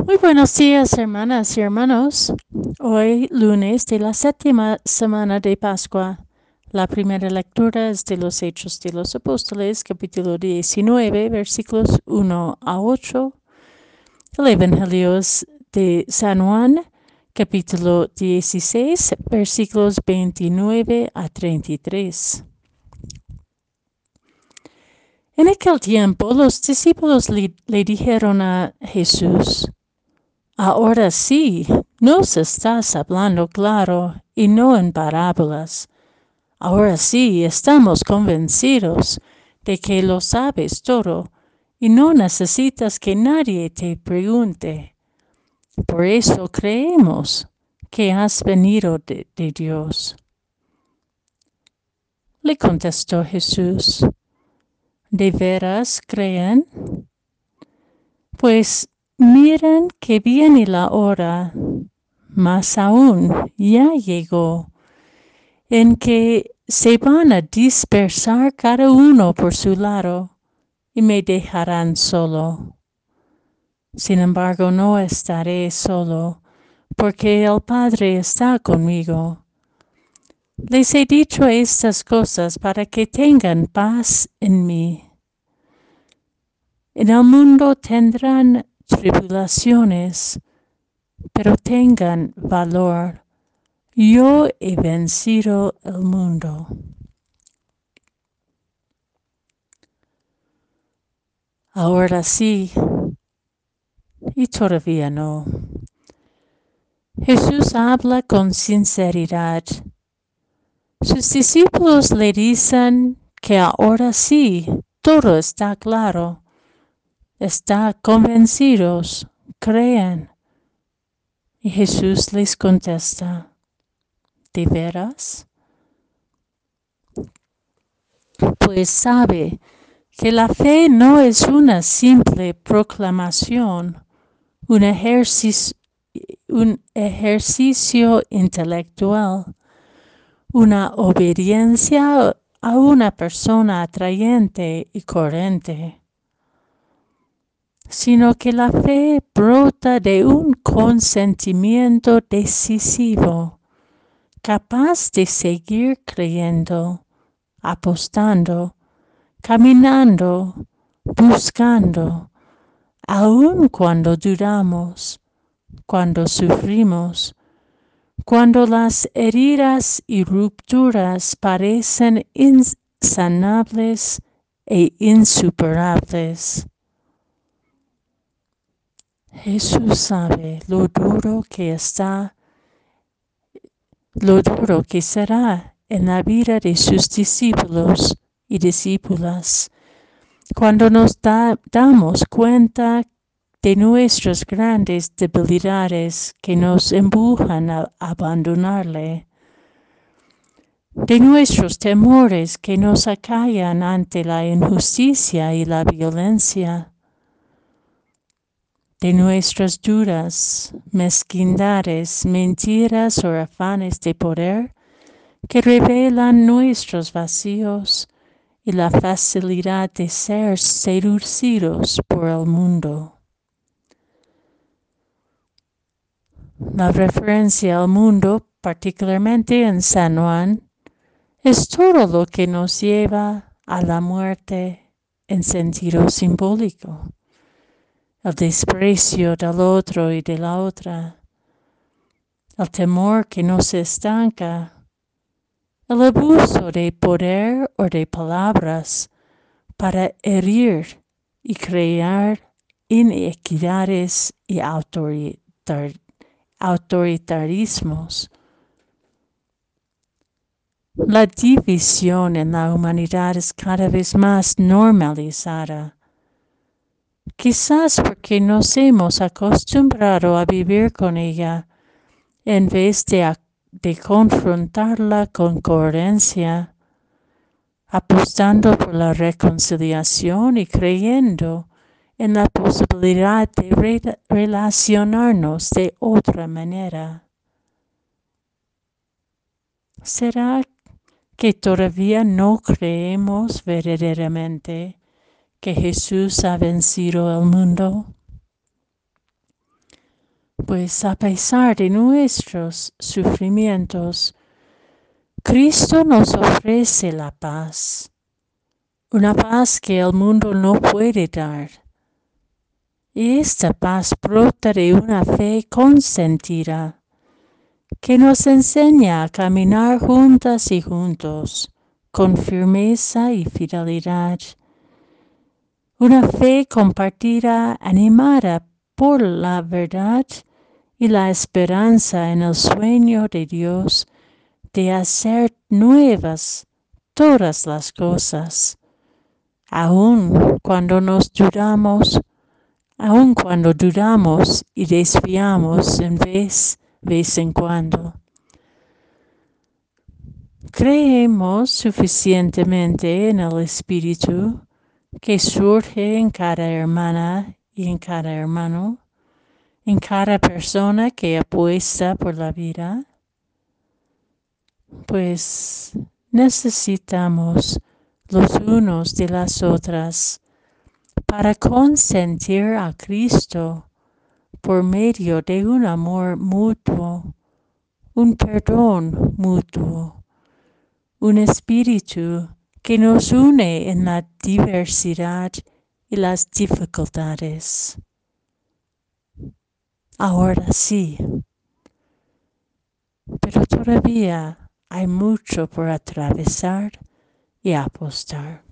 Muy buenos días, hermanas y hermanos. Hoy, lunes de la séptima semana de Pascua. La primera lectura es de los Hechos de los Apóstoles, capítulo 19, versículos 1 a 8. El Evangelio es de San Juan, capítulo 16, versículos 29 a 33. En aquel tiempo, los discípulos le dijeron a Jesús: Ahora sí, nos estás hablando claro y no en parábolas. Ahora sí, estamos convencidos de que lo sabes todo y no necesitas que nadie te pregunte. Por eso creemos que has venido de Dios. Le contestó Jesús: ¿De veras creen? Pues miren que viene la hora, más aún ya llegó, en que se van a dispersar cada uno por su lado y me dejarán solo. Sin embargo, no estaré solo, porque el Padre está conmigo. Les he dicho estas cosas para que tengan paz en mí. En el mundo tendrán tribulaciones, pero tengan valor. Yo he vencido el mundo. Ahora sí, y todavía no. Jesús habla con sinceridad. Sus discípulos le dicen que ahora sí, todo está claro. Están convencidos, creen. Y Jesús les contesta: ¿De veras? Pues sabe que la fe no es una simple proclamación, un ejercicio intelectual, una obediencia a una persona atrayente y corriente, sino que la fe brota de un consentimiento decisivo, capaz de seguir creyendo, apostando, caminando, buscando, aun cuando dudamos, cuando sufrimos, cuando las heridas y rupturas parecen insanables e insuperables. Jesús sabe lo duro que será en la vida de sus discípulos y discípulas cuando nos damos cuenta de nuestras grandes debilidades que nos empujan a abandonarle, de nuestros temores que nos acallan ante la injusticia y la violencia, de nuestras dudas, mezquindades, mentiras o afanes de poder que revelan nuestros vacíos y la facilidad de ser seducidos por el mundo. La referencia al mundo, particularmente en San Juan, es todo lo que nos lleva a la muerte en sentido simbólico, el desprecio del otro y de la otra, el temor que nos estanca, el abuso de poder o de palabras para herir y crear inequidades y autoritarismos. La división en la humanidad es cada vez más normalizada, quizás porque nos hemos acostumbrado a vivir con ella en vez de confrontarla con coherencia, apostando por la reconciliación y creyendo en la posibilidad de relacionarnos de otra manera. ¿Será que todavía no creemos verdaderamente que Jesús ha vencido el mundo? Pues a pesar de nuestros sufrimientos, Cristo nos ofrece la paz, una paz que el mundo no puede dar. Y esta paz brota de una fe consentida que nos enseña a caminar juntas y juntos, con firmeza y fidelidad. Una fe compartida, animada por la verdad y la esperanza en el sueño de Dios de hacer nuevas todas las cosas, aun cuando dudamos y desviamos en vez en cuando. Creemos suficientemente en el Espíritu que surge en cada hermana y en cada hermano, en cada persona que apuesta por la vida, pues necesitamos los unos de las otras para consentir a Cristo por medio de un amor mutuo, un perdón mutuo, un espíritu que nos une en la diversidad y las dificultades. Ahora sí, pero todavía hay mucho por atravesar y apostar.